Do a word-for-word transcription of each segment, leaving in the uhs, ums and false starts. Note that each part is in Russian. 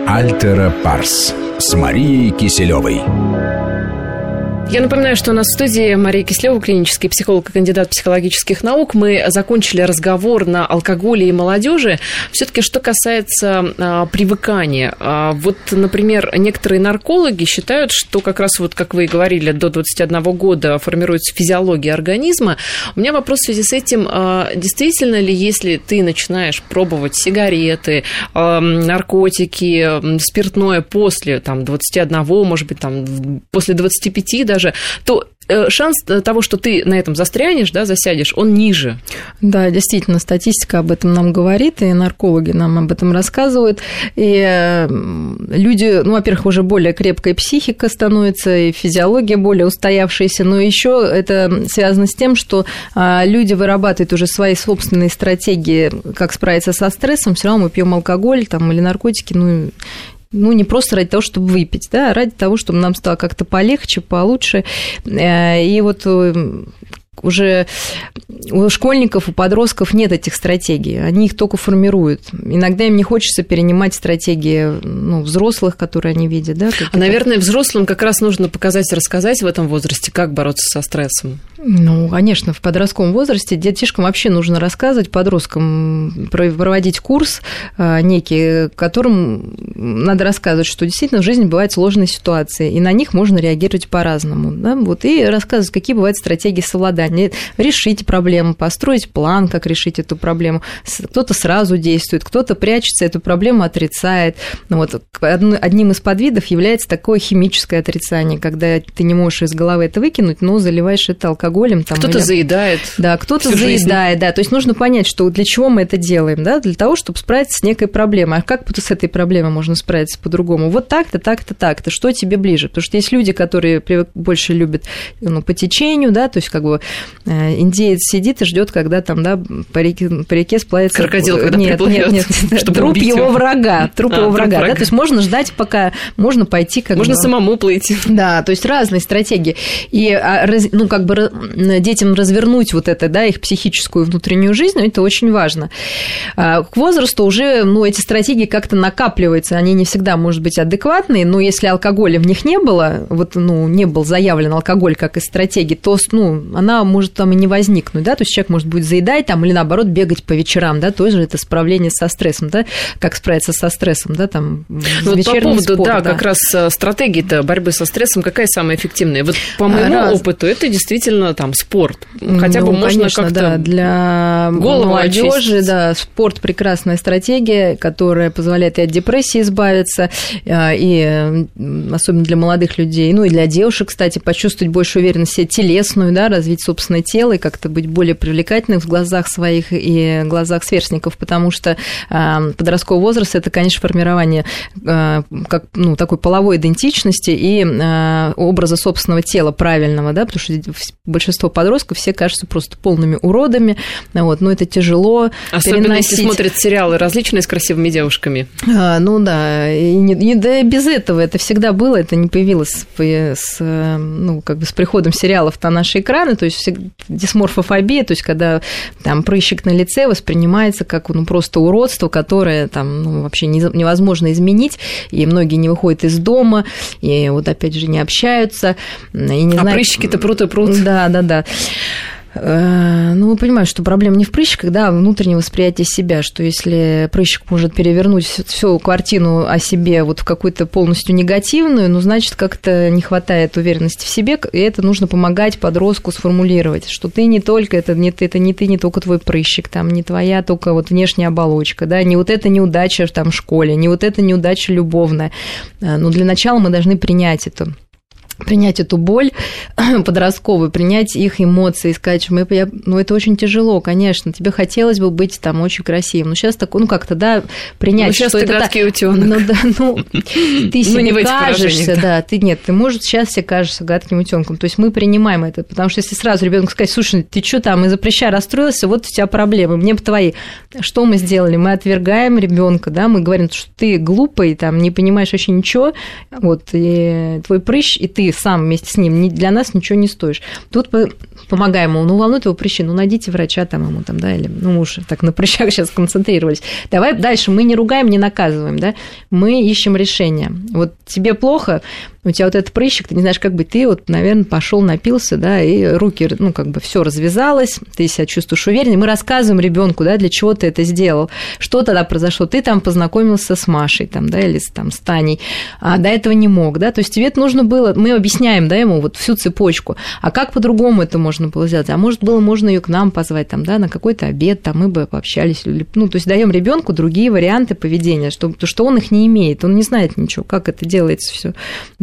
Альтера Парс с Марией Киселевой. Я напоминаю, что у нас в студии Мария Киселева, клинический психолог и кандидат психологических наук. Мы закончили разговор на алкоголе и молодежи. Все-таки, что касается а, привыкания. А, вот, например, некоторые наркологи считают, что как раз, вот как вы и говорили, до двадцати одного года формируется физиология организма. У меня вопрос в связи с этим. А, действительно ли, если ты начинаешь пробовать сигареты, а, наркотики, спиртное после там, двадцати одного, может быть, там, после двадцати пяти даже, то шанс того, что ты на этом застрянешь, да, засядешь, он ниже. Да, действительно, статистика об этом нам говорит, и наркологи нам об этом рассказывают. И люди, ну, во-первых, уже более крепкая психика становится, и физиология более устоявшаяся, но еще это связано с тем, что люди вырабатывают уже свои собственные стратегии, как справиться со стрессом. Все равно мы пьем алкоголь там, или наркотики, ну, Ну, не просто ради того, чтобы выпить, да, а ради того, чтобы нам стало как-то полегче, получше. И вот уже у школьников, у подростков нет этих стратегий, они их только формируют. Иногда им не хочется перенимать стратегии, ну, взрослых, которые они видят. Да, а, наверное, взрослым как раз нужно показать и рассказать в этом возрасте, как бороться со стрессом. Ну, конечно, в подростковом возрасте детишкам вообще нужно рассказывать, подросткам проводить курс некий, которым надо рассказывать, что действительно в жизни бывают сложные ситуации, и на них можно реагировать по-разному. Да? Вот, и рассказывать, какие бывают стратегии совладания. Решить проблему, построить план, как решить эту проблему. Кто-то сразу действует, кто-то прячется, эту проблему отрицает. Вот. Одним из подвидов является такое химическое отрицание, когда ты не можешь из головы это выкинуть, но заливаешь это алкоголем. Там, кто-то или... заедает. Да, кто-то заедает, да. То есть нужно понять, что для чего мы это делаем, да, для того, чтобы справиться с некой проблемой. А как с этой проблемой можно справиться по-другому? Вот так-то, так-то, так-то. Что тебе ближе? Потому что есть люди, которые больше любят, ну, по течению, да, то есть как бы индеец сидит и ждет, когда там, да, по реке, по реке сплавится... Крокодил, когда нет, приплывет, нет, нет, чтобы труп его его врага, труп а, его врага, врага. Да, то есть можно ждать, пока можно пойти как можно бы... самому плыть. Да, то есть разные стратегии. И, ну, как бы детям развернуть вот это, да, их психическую внутреннюю жизнь, это очень важно. К возрасту уже, ну, эти стратегии как-то накапливаются, они не всегда, может быть, адекватные, но если алкоголя в них не было, вот, ну, не был заявлен алкоголь как из стратегии, то, ну, она может там и не возникнуть, да, то есть человек может будет заедать там или, наоборот, бегать по вечерам, да, тоже это справление со стрессом, да, как справиться со стрессом, да, там, ну, вечерний по поводу, спорт, да, да, как раз стратегии-то борьбы со стрессом, какая самая эффективная? Вот по моему Раз... опыту это действительно там спорт, хотя ну, бы можно конечно, как-то да, для молодежи, да, спорт прекрасная стратегия, которая позволяет и от депрессии избавиться, и особенно для молодых людей, ну и для девушек, кстати, почувствовать больше уверенности телесную, да, развить собственное тело и как-то быть более привлекательным в глазах своих и глазах сверстников, потому что подростковый возраст – это, конечно, формирование как, ну, такой половой идентичности и образа собственного тела правильного, да, потому что большинство подростков все кажутся просто полными уродами, вот, но это тяжело особенно переносить. Если смотрят сериалы различные с красивыми девушками. А, ну да, и, не, и да, без этого это всегда было, это не появилось с, ну, как бы с приходом сериалов на наши экраны, то есть дисморфофобия, то есть когда там прыщик на лице воспринимается как, ну, просто уродство, которое там, ну, вообще невозможно изменить, и многие не выходят из дома, и вот опять же не общаются. И не а знают... прыщики-то прут и прут. Да, да, да. Ну, мы понимаем, что проблема не в прыщиках, да, а внутреннее восприятие себя, что если прыщик может перевернуть всю картину о себе вот в какую-то полностью негативную, ну, значит, как-то не хватает уверенности в себе, и это нужно помогать подростку сформулировать, что ты не только, это не, это не ты, не только твой прыщик, там, не твоя только вот внешняя оболочка, да, не вот эта неудача там в школе, не вот эта неудача любовная, но для начала мы должны принять это. принять эту боль подростковую, принять их эмоции, сказать, что мы, я, ну, это очень тяжело, конечно, тебе хотелось бы быть там очень красивым, но сейчас такое, ну, как-то, да, принять, ну, сейчас что ты это... гадкий утёнок. Ну, да, ну, ты себе кажешься, да, ты нет, ты, может, сейчас себе кажешься гадким утёнком, то есть мы принимаем это, потому что если сразу ребенку сказать, слушай, ты что там, из-за прыща расстроился, вот у тебя проблемы, мне бы твои, что мы сделали? Мы отвергаем ребенка, да, мы говорим, что ты глупый, там, не понимаешь вообще ничего, вот, и твой прыщ, и ты ты сам вместе с ним для нас ничего не стоишь. Тут мы помогаем ему, ну, волнует его причину, ну, найдите врача там ему, там, да, или, ну, мы уж так на прыщах сейчас концентрировались. Давай дальше, мы не ругаем, не наказываем, да, мы ищем решение. Вот тебе плохо, у тебя вот этот прыщик, ты не знаешь, как быть, ты вот, наверное, пошел напился, да, и руки, ну, как бы все развязалось, ты себя чувствуешь увереннее, мы рассказываем ребенку, да, для чего ты это сделал, что тогда произошло, ты там познакомился с Машей, там, да, или там, с Таней, а до этого не мог, да, то есть тебе это нужно было, мы объясняем, да, ему вот всю цепочку, а как по-другому это можно было сделать, а может было можно ее к нам позвать, там, да, на какой-то обед, там, мы бы пообщались, ну, то есть даем ребенку другие варианты поведения, что, что он их не имеет, он не знает ничего, как это делается все.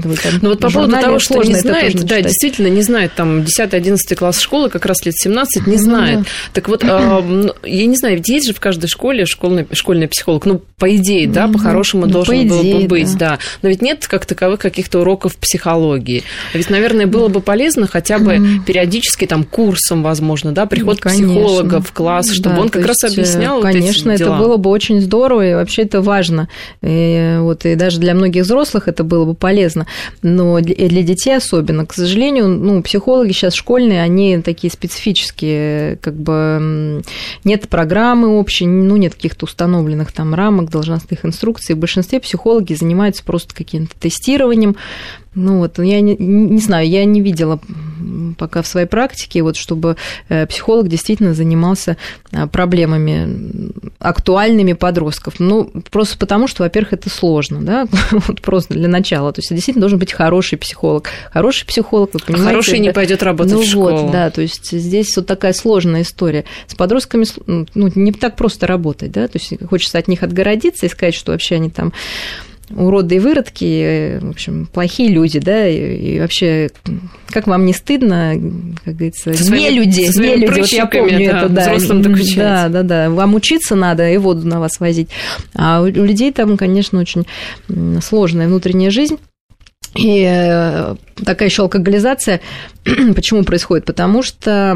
Ну вот по поводу того, что не знает, да, читать. Действительно не знает, там десятый-одиннадцатый класс школы, как раз лет семнадцать, не знает. Ну, да. Так вот, э, я не знаю, ведь есть же в каждой школе школьный, школьный психолог, ну, по идее, да, по-хорошему ну, должен по был идее, бы быть, да. да. Но ведь нет как таковых каких-то уроков психологии. Ведь, наверное, было бы полезно хотя бы периодически там курсом, возможно, да, приход ну, психолога в класс, чтобы да, он как раз объяснял конечно, вот эти это дела. Было бы очень здорово, и вообще это важно. И, вот, и даже для многих взрослых это было бы полезно. Но для детей особенно, к сожалению, ну, психологи сейчас школьные, они такие специфические, как бы нет программы общей, ну, нет каких-то установленных там рамок, должностных инструкций. В большинстве психологи занимаются просто каким-то тестированием. Ну вот, я не, не знаю, я не видела пока в своей практике, вот, чтобы психолог действительно занимался проблемами актуальными подростков. Ну, просто потому, что, во-первых, это сложно, да, вот просто для начала. То есть, действительно должен быть хороший психолог. Хороший психолог, вы понимаете... А хороший это... не пойдет работать ну, в школу. Вот, да, то есть, здесь вот такая сложная история. С подростками, ну, не так просто работать, да, то есть, хочется от них отгородиться и сказать, что вообще они там... уроды и выродки, в общем, плохие люди, да, и, и вообще, как вам не стыдно, как говорится, не люди, не люди, вот я помню да, это, да, взрослым да, да, да, вам учиться надо и воду на вас возить, а у людей там, конечно, очень сложная внутренняя жизнь. И такая еще алкоголизация, почему происходит? Потому что,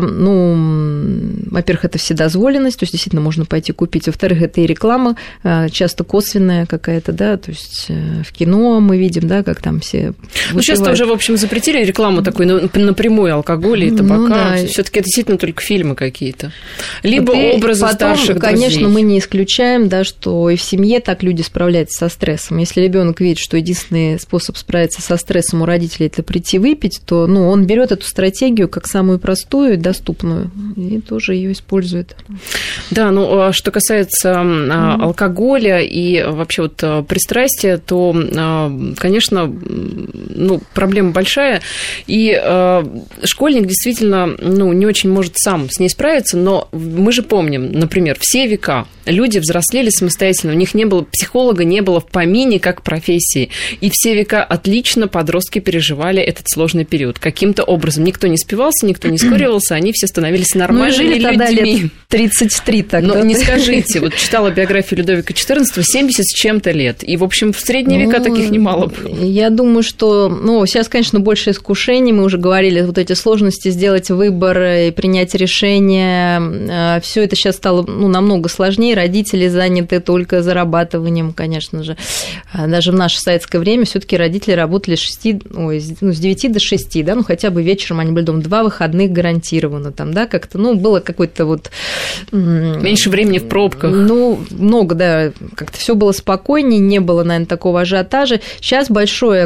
ну, во-первых, это вседозволенность, то есть действительно можно пойти купить, во-вторых, это и реклама, часто косвенная какая-то, да, то есть в кино мы видим, да, как там все выпивают. Ну, сейчас-то уже, в общем, запретили рекламу такую напрямую алкоголя и табака, ну, да. Всё-таки это действительно только фильмы какие-то, либо и образы потом, старших конечно, друзей. Мы не исключаем, да, что и в семье так люди справляются со стрессом. Если ребенок видит, что единственный способ справиться со стрессом у родителей это прийти выпить, то ну, он берет эту стратегию как самую простую и доступную, и тоже ее использует. Да, ну, что касается mm-hmm. алкоголя и вообще вот пристрастия, то, конечно, ну, проблема большая, и школьник действительно ну, не очень может сам с ней справиться, но мы же помним, например, все века люди взрослели самостоятельно, у них не было психолога, не было в помине как профессии, и все века отлично подростки переживали этот сложный период. Каким-то образом никто не спивался, никто не скуривался, они все становились нормальными ну, жили тогда людьми. Лет тридцать три тогда. Ну, не скажите, вот читала биографию Людовика четырнадцатого, семьдесят с чем-то лет, и, в общем, в средние века ну, таких немало было. Я думаю, что, ну, сейчас, конечно, больше искушений, мы уже говорили, вот эти сложности сделать выбор и принять решение, все это сейчас стало, ну, намного сложнее, родители заняты только зарабатыванием, конечно же. Даже в наше советское время все-таки родители работали с шести, ой, ну, с девяти до шести, да, ну, хотя бы вечером они были дома, два выходных гарантированно, там, да, как-то, ну, было какое-то вот... Меньше времени в пробках. Ну, много, да, как-то все было спокойнее, не было, наверное, такого ажиотажа. Сейчас большое...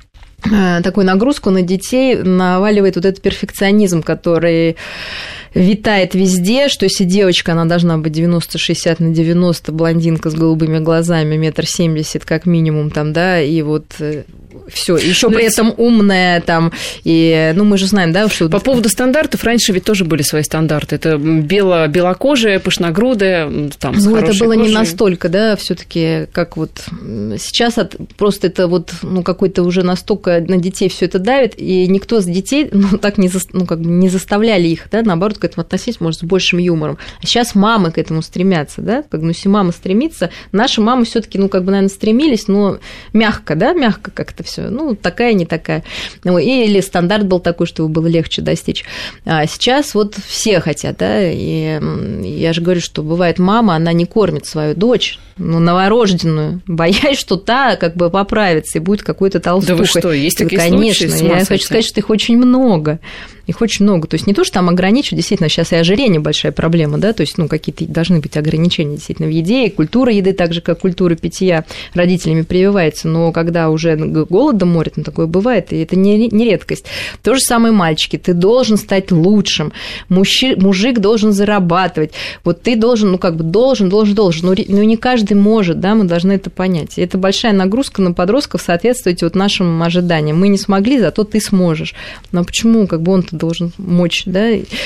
такую нагрузку на детей наваливает вот этот перфекционизм, который витает везде, что если девочка, она должна быть девяносто шестьдесят на девяносто, блондинка с голубыми глазами, метр семьдесят как минимум, там, да, и вот все, еще при этом умная, там, и, ну, мы же знаем, да, что... По поводу стандартов, раньше ведь тоже были свои стандарты, это бело, белокожая, пышногрудая, там, с ну, это было кожей. Не настолько, да, все-таки как вот сейчас от, просто это вот, ну, какой-то уже настолько на детей все это давит, и никто с детей, ну, так не, за, ну, как бы не заставляли их, да, наоборот, к этому относиться, может, с большим юмором. А сейчас мамы к этому стремятся, да, как бы, ну, если мама стремится, наши мамы все-таки, ну, как бы, наверное, стремились, но мягко, да, мягко как-то все, ну, такая, не такая. Ну, или стандарт был такой, что его было легче достичь. А сейчас вот все хотят, да, и я же говорю, что бывает мама, она не кормит свою дочь, ну, новорожденную, боясь, что та как бы поправится и будет какой-то толстухой. Да вы что, есть такие Конечно, случаи? я хочу сказать, что их очень много. Их очень много. То есть не то, что там ограничивают, действительно, сейчас и ожирение большая проблема, да, то есть, ну, какие-то должны быть ограничения действительно в еде, и культура еды, так же, как культура питья родителями прививается, но когда уже голодом морят, ну, такое бывает, и это не, не редкость. То же самое мальчики, ты должен стать лучшим, мужчи, мужик должен зарабатывать, вот ты должен, ну, как бы должен, должен, должен, ну, ну, не каждый может, да, мы должны это понять. И это большая нагрузка на подростков соответствовать вот нашим ожиданиям. Мы не смогли, зато ты сможешь. Но почему, как бы он-то должен мочь, да?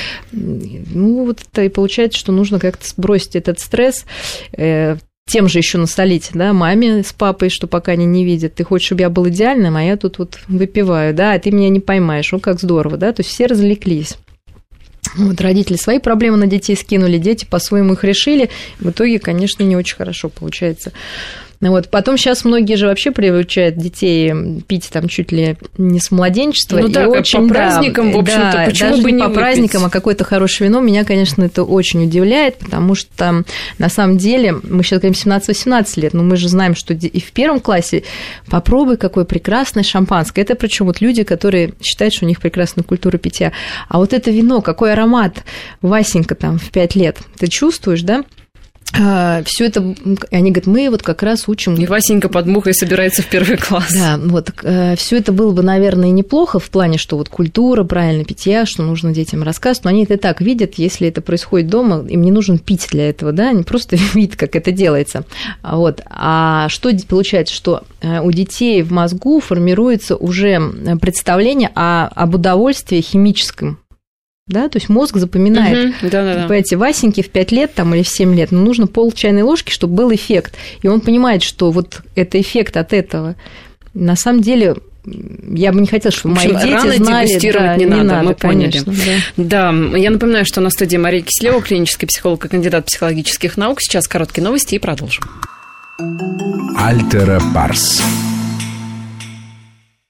Ну, вот это и получается, что нужно как-то сбросить этот стресс, тем же еще насолить, да, маме с папой, что пока они не видят. Ты хочешь, чтобы я был идеальным, а я тут вот выпиваю, да, а ты меня не поймаешь. Ну, как здорово, да? То есть все развлеклись. Вот родители свои проблемы на детей скинули, дети по-своему их решили. В итоге, конечно, не очень хорошо получается. Вот. Потом сейчас многие же вообще приучают детей пить там чуть ли не с младенчества. Ну да, и очень, по праздникам, да, в общем-то, да, почему даже бы не по выпить? праздникам, а какое-то хорошее вино, меня, конечно, это очень удивляет, потому что на самом деле мы сейчас говорим семнадцать-восемнадцать лет, но мы же знаем, что и в первом классе попробуй, какое прекрасное шампанское. Это причем вот люди, которые считают, что у них прекрасная культура питья. А вот это вино, какой аромат, Васенька там в пять лет, ты чувствуешь, да? Все это, они говорят, мы вот как раз учим. И Васенька под мухой собирается в первый класс. Да, вот все это было бы, наверное, неплохо в плане, что вот культура, правильно питья, что нужно детям рассказывать, но они это и так видят, если это происходит дома, им не нужен пить для этого, да, они просто видят, как это делается. Вот. А что получается, что у детей в мозгу формируется уже представление о, об удовольствии химическом. Да, то есть мозг запоминает. Угу, да-да-да. Понимаете, Васеньке в пять лет там, или в семь лет, ну, нужно пол чайной ложки, чтобы был эффект. И он понимает, что вот это эффект от этого. На самом деле, я бы не хотела, чтобы общем, мои дети рано знали. Дегустировать Да, не, не надо, надо, мы поняли. конечно, да. да, я напоминаю, что на студии Мария Киселева, клинический психолог и кандидат психологических наук. Сейчас короткие новости и продолжим. Альтера Парс.